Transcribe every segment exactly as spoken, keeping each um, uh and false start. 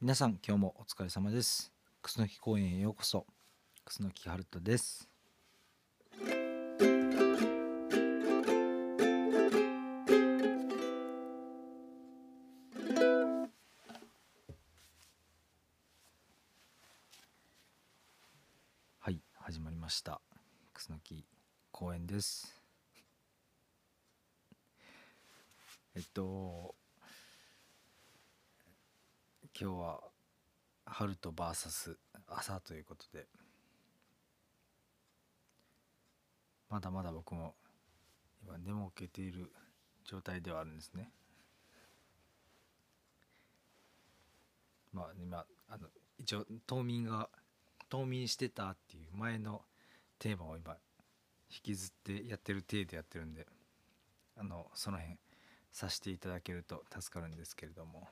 皆さん今日もお疲れ様です。楠木公園へようこそ。楠木春人です。はい、始まりました。楠木公園です。えっと今日は春人 ブイエス 朝ということで、まだまだ僕も今寝もけている状態ではあるんですね。まあ今あの一応冬眠が冬眠してたっていう前のテーマを今引きずってやってる体でやってるんで、あのその辺させていただけると助かるんですけれども、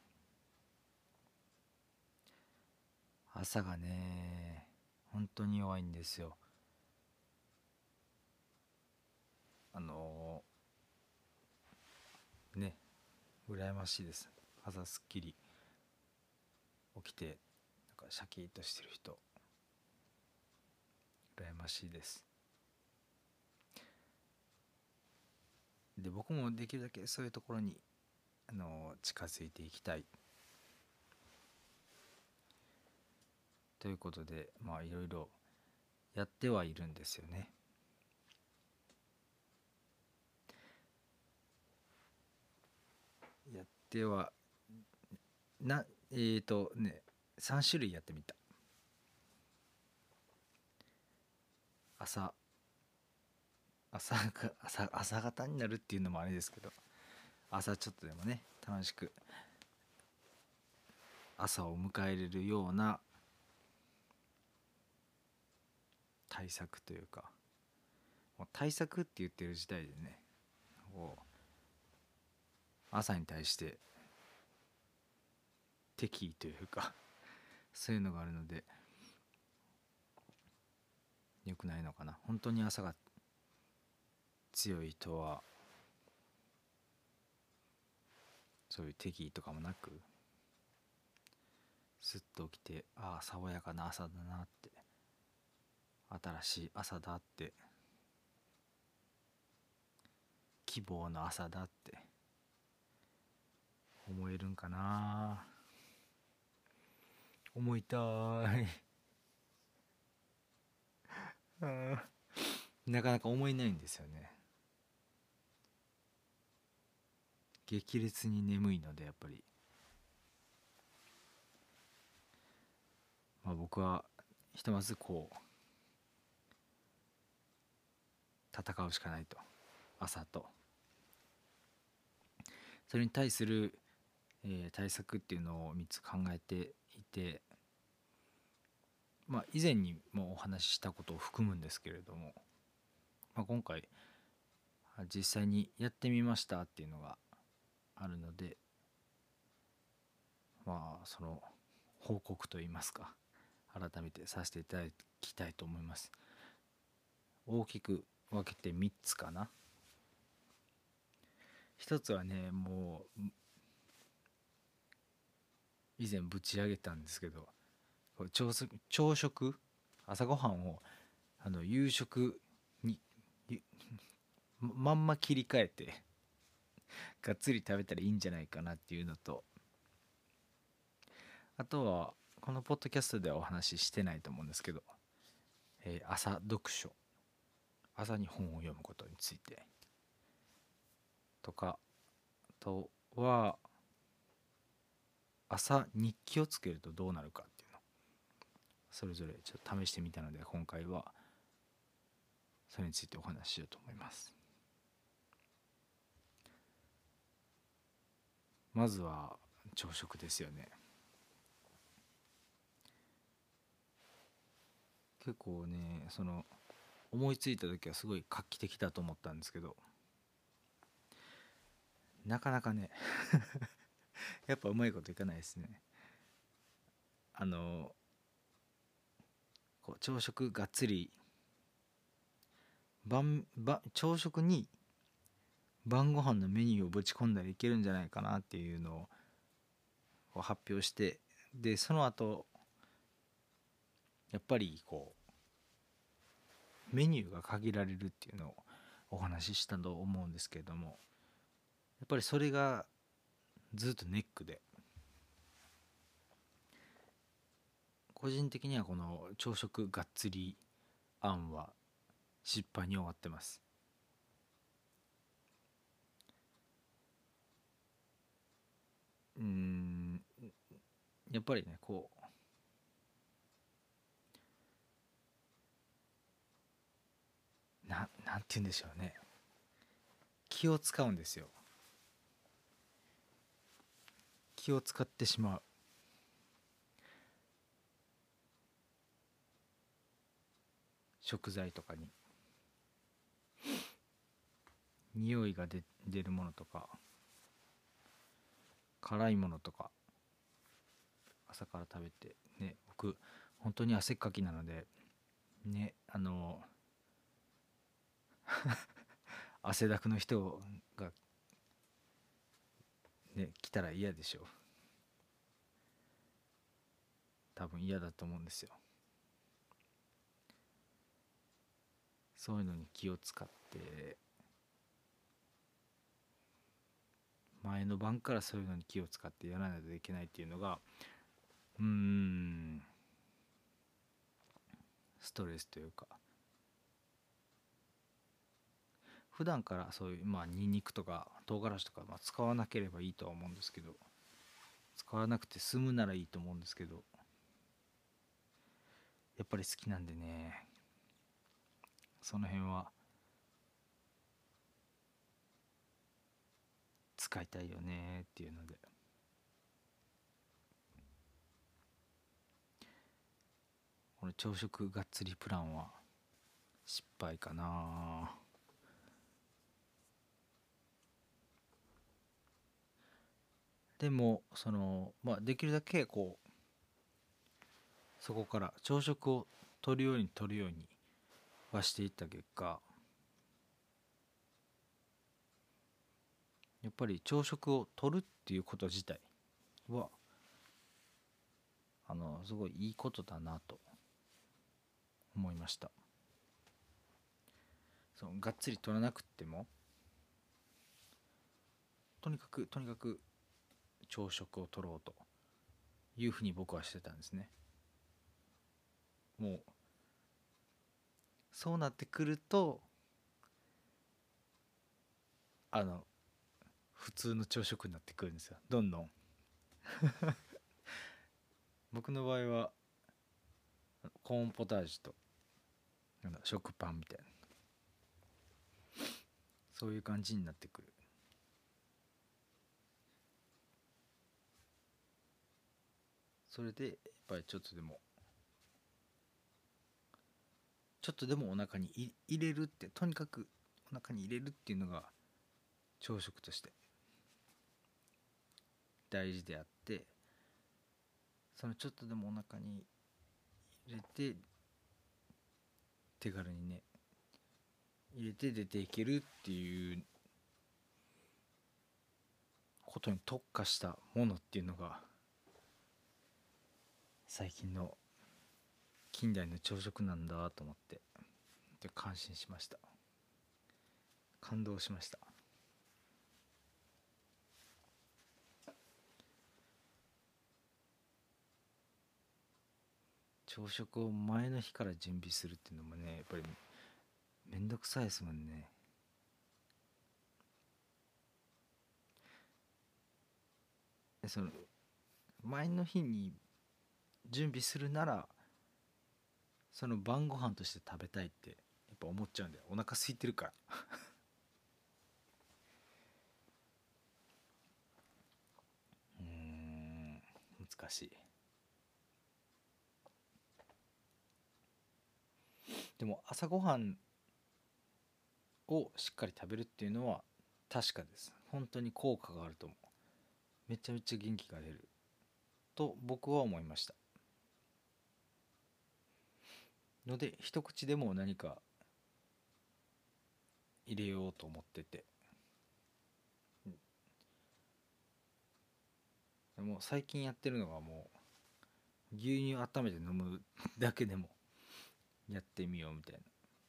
朝がね本当に弱いんですよ。あのーね羨ましいです。朝すっきり起きてなんかシャキッとしてる人羨ましいです。で僕もできるだけそういうところに、あのー近づいていきたいということで、まあいろいろやってはいるんですよね。やってはなえーとねさん種類やってみた。朝朝が朝朝方になるっていうのもあれですけど、朝ちょっとでもね楽しく朝を迎えれるような対策というか、もう対策って言ってる時代でね、こう朝に対して敵意というかそういうのがあるので良くないのかな。本当に朝が強い人はそういう敵意とかもなくスッと起きて、ああ爽やかな朝だなって、新しい朝だって、希望の朝だって思えるんかな。思いたいなかなか思えないんですよね。激烈に眠いのでやっぱり、まあ、僕はひとまずこう戦うしかないと、朝とそれに対する、えー対策っていうのをみっつ考えていて、まあ以前にもお話ししたことを含むんですけれども、まあ、今回実際にやってみましたっていうのがあるので、まあその報告といいますか改めてさせていただきたいと思います。大きく分けてみっつかな。一つはね、もう以前ぶち上げたんですけど、朝食朝食朝ごはんをあの夕食にまんま切り替えてがっつり食べたらいいんじゃないかなっていうのと、あとはこのポッドキャストではお話ししてないと思うんですけど、えー朝読書、朝に本を読むことについてとか、あとは朝日記をつけるとどうなるかっていうのをそれぞれちょっと試してみたので、今回はそれについてお話ししようと思います。まずは朝食ですよね。結構ね、その思いついた時はすごい画期的だと思ったんですけど、なかなかねやっぱうまいこといかないですね。あのこう朝食がっつり晩晩朝食に晩ご飯のメニューをぶち込んだらいけるんじゃないかなっていうのを発表して、 でその後やっぱりこうメニューが限られるっていうのをお話ししたと思うんですけれども、やっぱりそれがずっとネックで、個人的にはこの朝食がっつり案は失敗に終わってます。うーんやっぱりねこうななんて言うんでしょうね、気を使うんですよ。気を使ってしまう。食材とかに匂いが出出るものとか辛いものとか朝から食べてね、僕本当に汗っかきなのでね、あの汗だくの人がね来たら嫌でしょう。多分嫌だと思うんですよ。そういうのに気を使って前の晩からそういうのに気を使ってやらないといけないっていうのがうーんストレスというか、普段からそういうまあニンニクとか唐辛子とかまあ使わなければいいとは思うんですけど、使わなくて済むならいいと思うんですけど、やっぱり好きなんでね、その辺は使いたいよねっていうので、この朝食がっつりプランは失敗かな。でもそのまあできるだけこうそこから朝食を取るように取るようにはしていった結果、やっぱり朝食を取るっていうこと自体はあのすごいいいことだなと思いました。そのがっつり取らなくってもとにかくとにかく朝食を取ろうというふうに僕はしてたんですね。もうそうなってくるとあの普通の朝食になってくるんですよ、どんどん。僕の場合はコーンポタージュとあの食パンみたいな、そういう感じになってくる。それでやっぱりちょっとでもちょっとでもお腹に入れるって、とにかくお腹に入れるっていうのが朝食として大事であって、そのちょっとでもお腹に入れて手軽にね入れて出ていけるっていうことに特化したものっていうのが最近の近代の朝食なんだと思ってで感心しました。感動しました。朝食を前の日から準備するっていうのもねやっぱりめんどくさいですもんね。でその前の日に準備するならその晩ご飯として食べたいってやっぱ思っちゃうんだよ、お腹空いてるから。うーん難しい。でも朝ごはんをしっかり食べるっていうのは確かです。本当に効果があると思う。めちゃめちゃ元気が出ると僕は思いましたので、一口でも何か入れようと思ってて、でも最近やってるのがもう牛乳温めて飲むだけでもやってみようみたいな。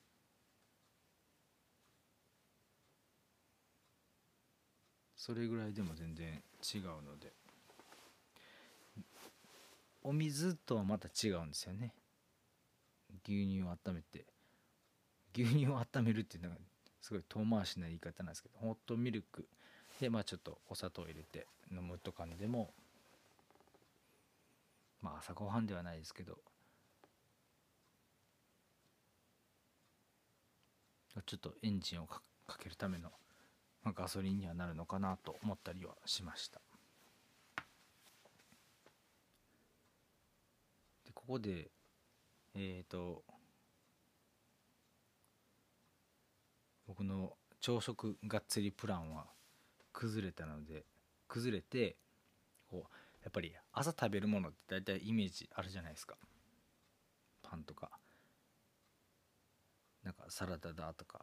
それぐらいでも全然違うので、お水とはまた違うんですよね。牛乳を温めて、牛乳を温めるっていうのがすごい遠回しな言い方なんですけど、ホットミルクでまあちょっとお砂糖を入れて飲むとかでも、まあ朝ごはんではないですけど、ちょっとエンジンをかけるための、まあ、ガソリンにはなるのかなと思ったりはしました。でここでえっ、ー、と僕の朝食がっつりプランは崩れたので、崩れてこうやっぱり朝食べるものって大体イメージあるじゃないですか。パンとかなんかサラダだとか、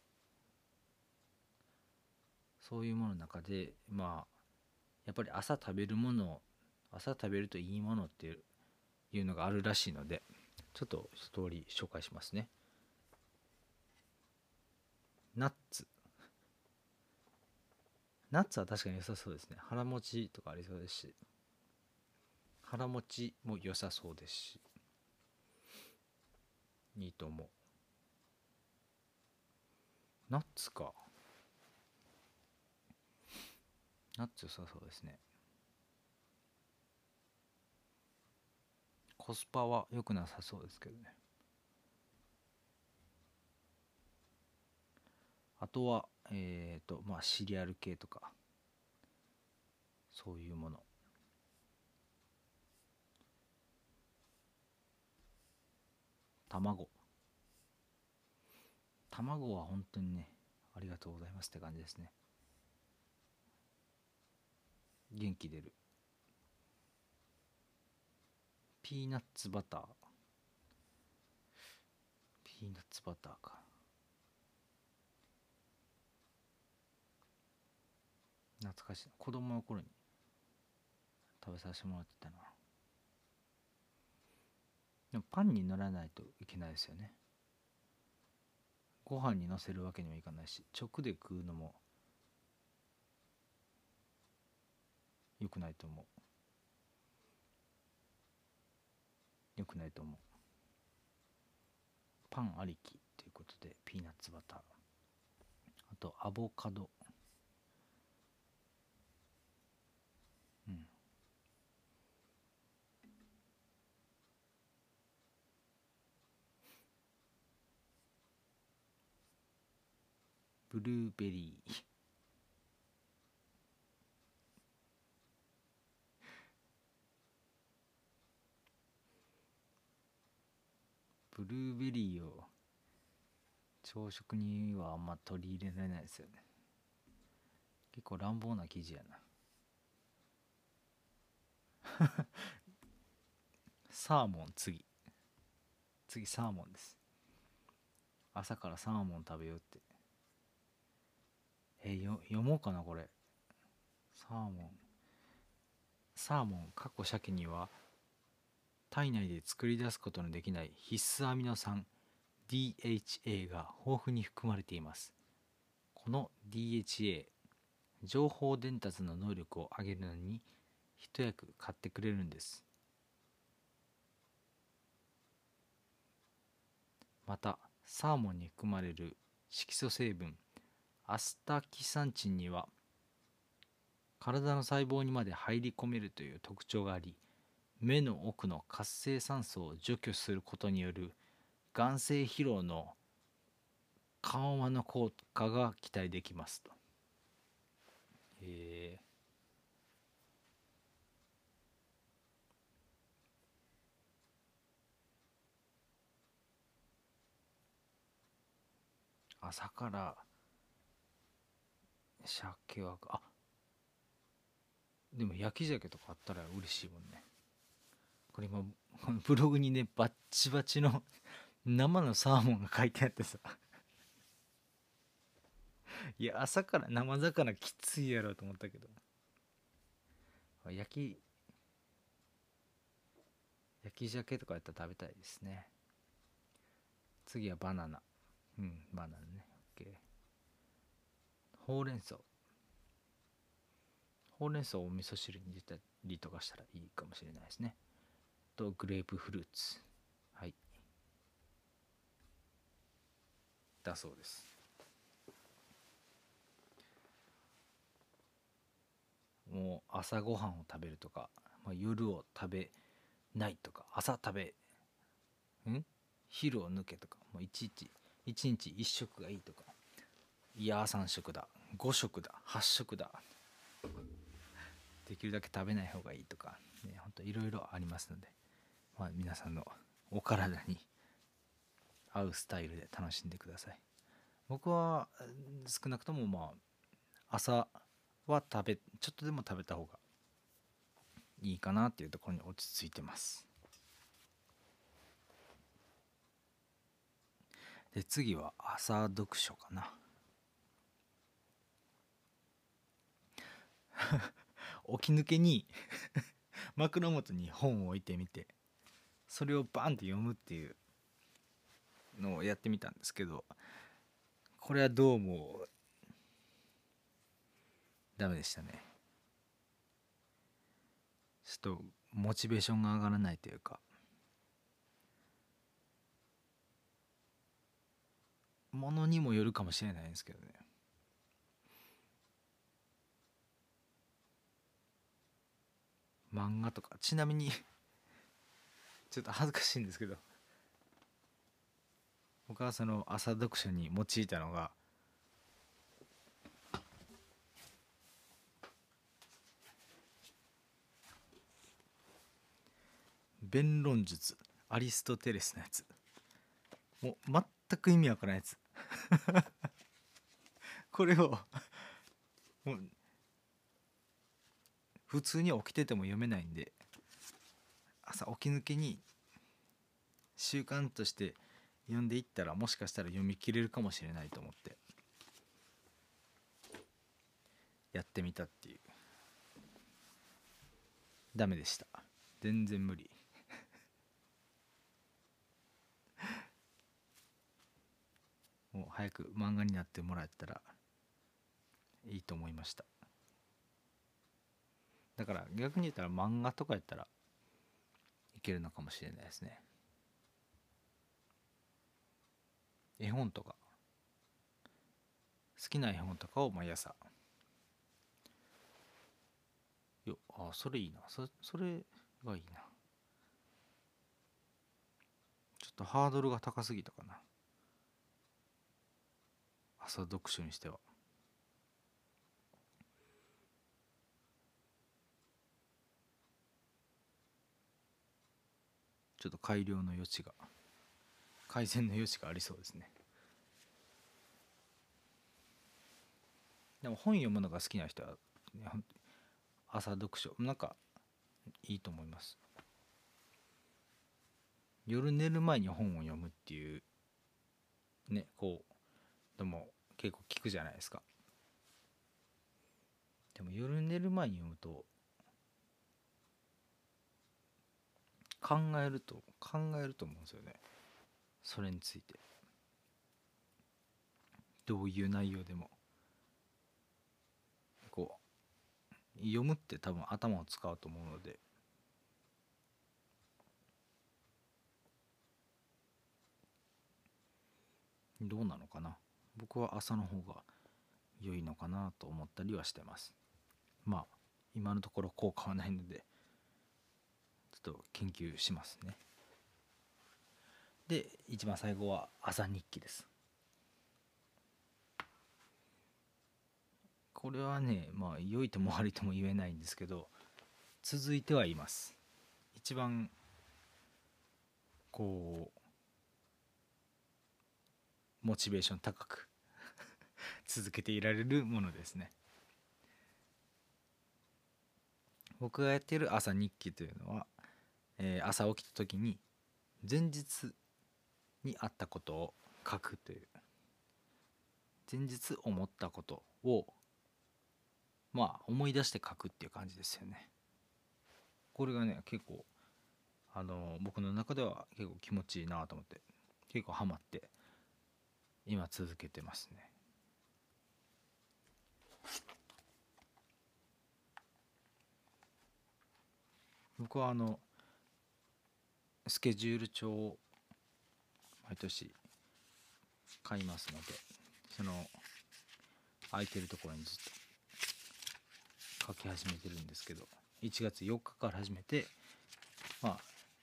そういうものの中でまあやっぱり朝食べるもの、朝食べるといいものっていうのがあるらしいので、ちょっと一通り紹介しますね。ナッツナッツは確かに良さそうですね。腹持ちとかありそうですし、腹持ちも良さそうですし、いいと思う。ナッツか。ナッツ良さそうですね。コスパは良くなさそうですけどね。あとはえっ、ー、とまあシリアル系とかそういうもの。卵卵は本当にね、ありがとうございますって感じですね。元気出る。ピーナッツバターピーナッツバターか。懐かしい。子供の頃に食べさせてもらってたな。でもパンに塗らないといけないですよね。ご飯にのせるわけにもいかないし、直で食うのも良くないと思う。良くないと思う。パンありきということで、ピーナッツバター、あとアボカド、うん、ブルーベリーブルーベリーを朝食にはあんま取り入れられないですよね。結構乱暴な生地やな。サーモン、次次サーモンです。朝からサーモン食べようって。えー、よ読もうかなこれ。サーモンサーモンかっこ鮭には体内で作り出すことのできない必須アミノ酸 ディーエイチエー が豊富に含まれています。この ディーエイチエー、情報伝達の能力を上げるのに一役買ってくれるんです。またサーモンに含まれる色素成分アスタキサンチンには体の細胞にまで入り込めるという特徴があり、目の奥の活性酸素を除去することによる眼性疲労の緩和の効果が期待できますと。えー、朝から鮭はあでも焼き鮭とかあったら嬉しいもんね。これ今このブログにねバッチバチの生のサーモンが書いてあってさいや朝から生魚きついやろと思ったけど、焼き焼き鮭とかやったら食べたいですね。次はバナナ。うん、バナナね。OK。ほうれん草。ほうれん草をお味噌汁に入れたりとかしたらいいかもしれないですね。と、グレープフルーツ。はい。だそうです。もう朝ごはんを食べるとか、まあ、夜を食べないとか、朝食べん昼を抜けとか、もういちいちいちにちいっ食がいいとか、いやーさん食だ、ご食だ、はち食だ、できるだけ食べない方がいいとかね、ほんといろいろありますので、まあ、皆さんのお体に合うスタイルで楽しんでください。僕は少なくともまあ朝は食べちょっとでも食べた方がいいかなっていうところに落ち着いてます。で次は朝読書かな。起き抜けに枕元に本を置いてみて、それをバンって読むっていうのをやってみたんですけど、これはどうもダメでしたね。ちょっとモチベーションが上がらないというか、ものにもよるかもしれないんですけどね。漫画とか、ちなみにちょっと恥ずかしいんですけど、僕はその朝読書に用いたのが弁論術、アリストテレスのやつ、もう全く意味わからんやつこれをもう普通に起きてても読めないんで、朝起き抜けに習慣として読んでいったら、もしかしたら読み切れるかもしれないと思ってやってみたっていう。ダメでした。全然無理もう早く漫画になってもらえたらいいと思いました。だから逆に言ったら漫画とかやったらいけるのかもしれないですね。絵本とか、好きな絵本とかを毎朝、よあそれいいな、そそれがいいな。ちょっとハードルが高すぎたかな、朝読書にしては。ちょっと改良の余地が、改善の余地がありそうですね。でも本読むのが好きな人は、ね、朝読書なんかいいと思います。夜寝る前に本を読むっていうね、こうでも結構聞くじゃないですか。でも夜寝る前に読むと考えると考えると思うんですよね、それについて。どういう内容でもこう読むって多分頭を使うと思うので、どうなのかな、僕は朝の方が良いのかなと思ったりはしてます。まあ今のところ効果はないのでちょっと研究しますね。で一番最後は朝日記です。これはね、まあ良いとも悪いとも言えないんですけど、続いてはいます。一番こうモチベーション高く続けていられるものですね。僕がやっている朝日記というのは、えー朝起きた時に前日にあったことを書くという、前日思ったことをまあ思い出して書くっていう感じですよね。これがね結構あの僕の中では結構気持ちいいなと思って結構ハマって今続けてますね。僕はあのスケジュール帳を毎年買いますので、その空いてるところにずっと書き始めてるんですけど、いちがつよっかから始めて、まあ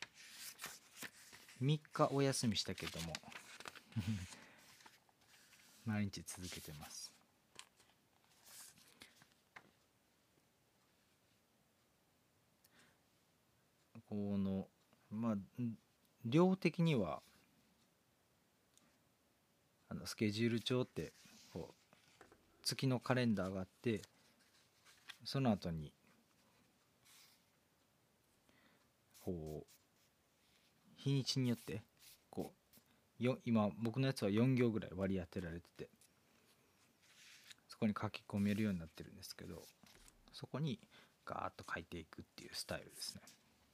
みっかお休みしたけども毎日続けてます。このまあ量的にはあのスケジュール帳ってこう月のカレンダーがあって、その後にこう日にちによってこうよ今僕のやつはよん行ぐらい割り当てられてて、そこに書き込めるようになってるんですけど、そこにガーッと書いていくっていうスタイルですね。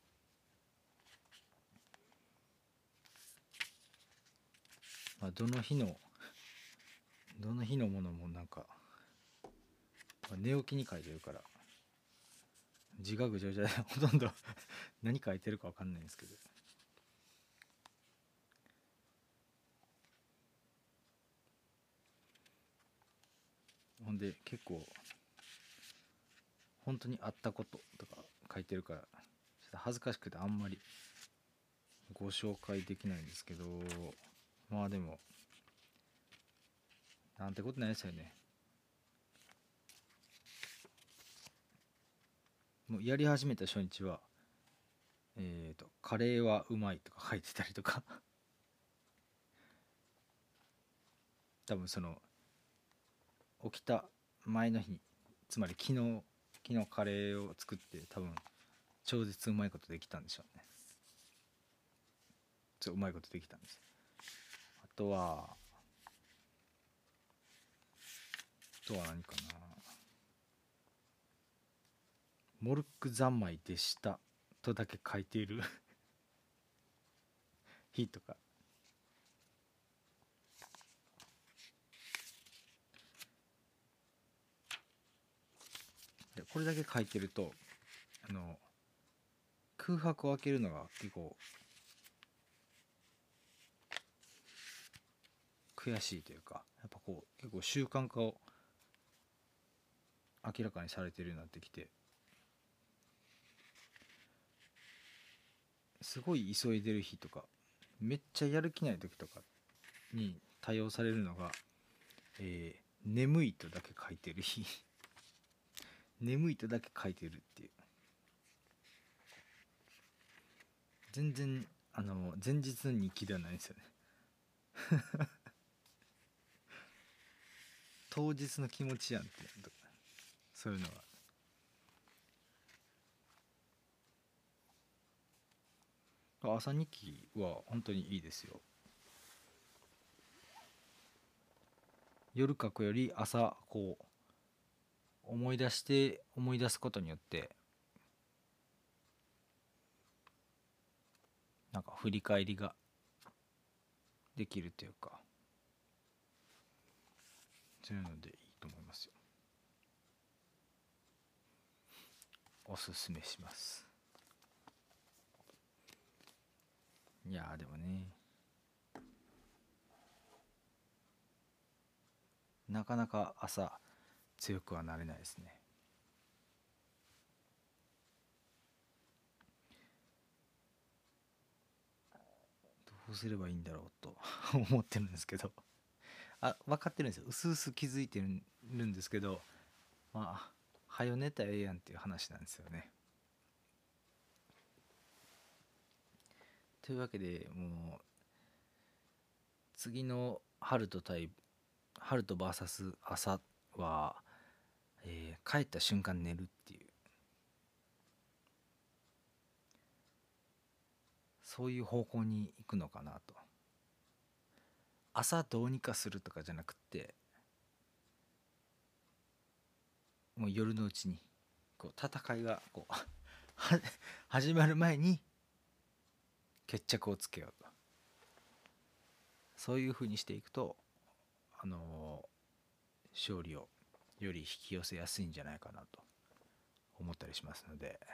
まあ、どの日のどの日のものもなんか寝起きに書いてるから字がぐちゃぐちゃでほとんど何書いてるか分かんないんですけど、ほんで結構本当にあったこととか書いてるから、ちょっと恥ずかしくてあんまりご紹介できないんですけど、まあでもなんてことないですよね。もうやり始めた初日はえーとカレーはうまいとか書いてたりとか多分その起きた前の日に、つまり昨日昨日カレーを作って多分超絶うまいことできたんでしょうね。ちょうまいことできたんです。あとはあとは何かな、モルック三昧でしたとだけ書いている日とか、でこれだけ書いてるとあの空白を空けるのが結構悔しいというか、やっぱこう結構習慣化を明らかにされてるようになってきて、すごい急いでる日とかめっちゃやる気ない時とかに対応されるのが、えー眠いとだけ書いてる日眠いとだけ書いてるっていう、全然あの前日の日記ではないんですよね当日の気持ちやんって、そういうのは朝日記は本当にいいですよ。夜書くより朝こう思い出して思い出すことによってなんか振り返りができるというか、そういうのでいいと思いますよ。おすすめします。いやーでもね、なかなか朝強くはなれないですね。どうすればいいんだろうと思ってるんですけど、あ分かってるんですよ、うすうす気づいてるんですけど、まあはよ寝たらええやんっていう話なんですよね。というわけでもう次の春と対春と ブイエス 朝は、えー帰った瞬間寝るっていう、そういう方向に行くのかなと。朝どうにかするとかじゃなくて、もう夜のうちにこう戦いがこう始まる前に決着をつけようと、そういうふうにしていくと、あの勝利をより引き寄せやすいんじゃないかなと思ったりしますので、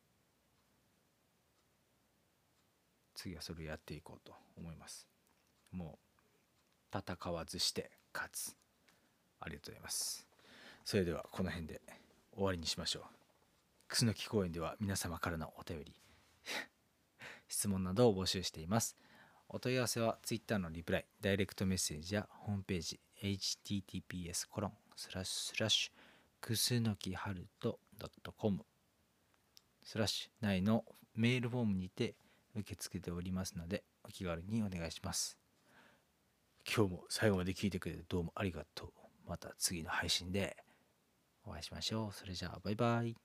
次はそれをやっていこうと思います。もう戦わずして勝つ。ありがとうございます。それではこの辺で終わりにしましょう。楠木公園では皆様からのお便り質問などを募集しています。お問い合わせは Twitter のリプライ、ダイレクトメッセージやホームページ エイチティーティーピーエスコロンスラッシュスラッシュくすのきはると .com スラッシュ内のメールフォームにて受け付けておりますので、お気軽にお願いします。今日も最後まで聞いてくれてどうもありがとう。また次の配信でお会いしましょう。それじゃあバイバイ。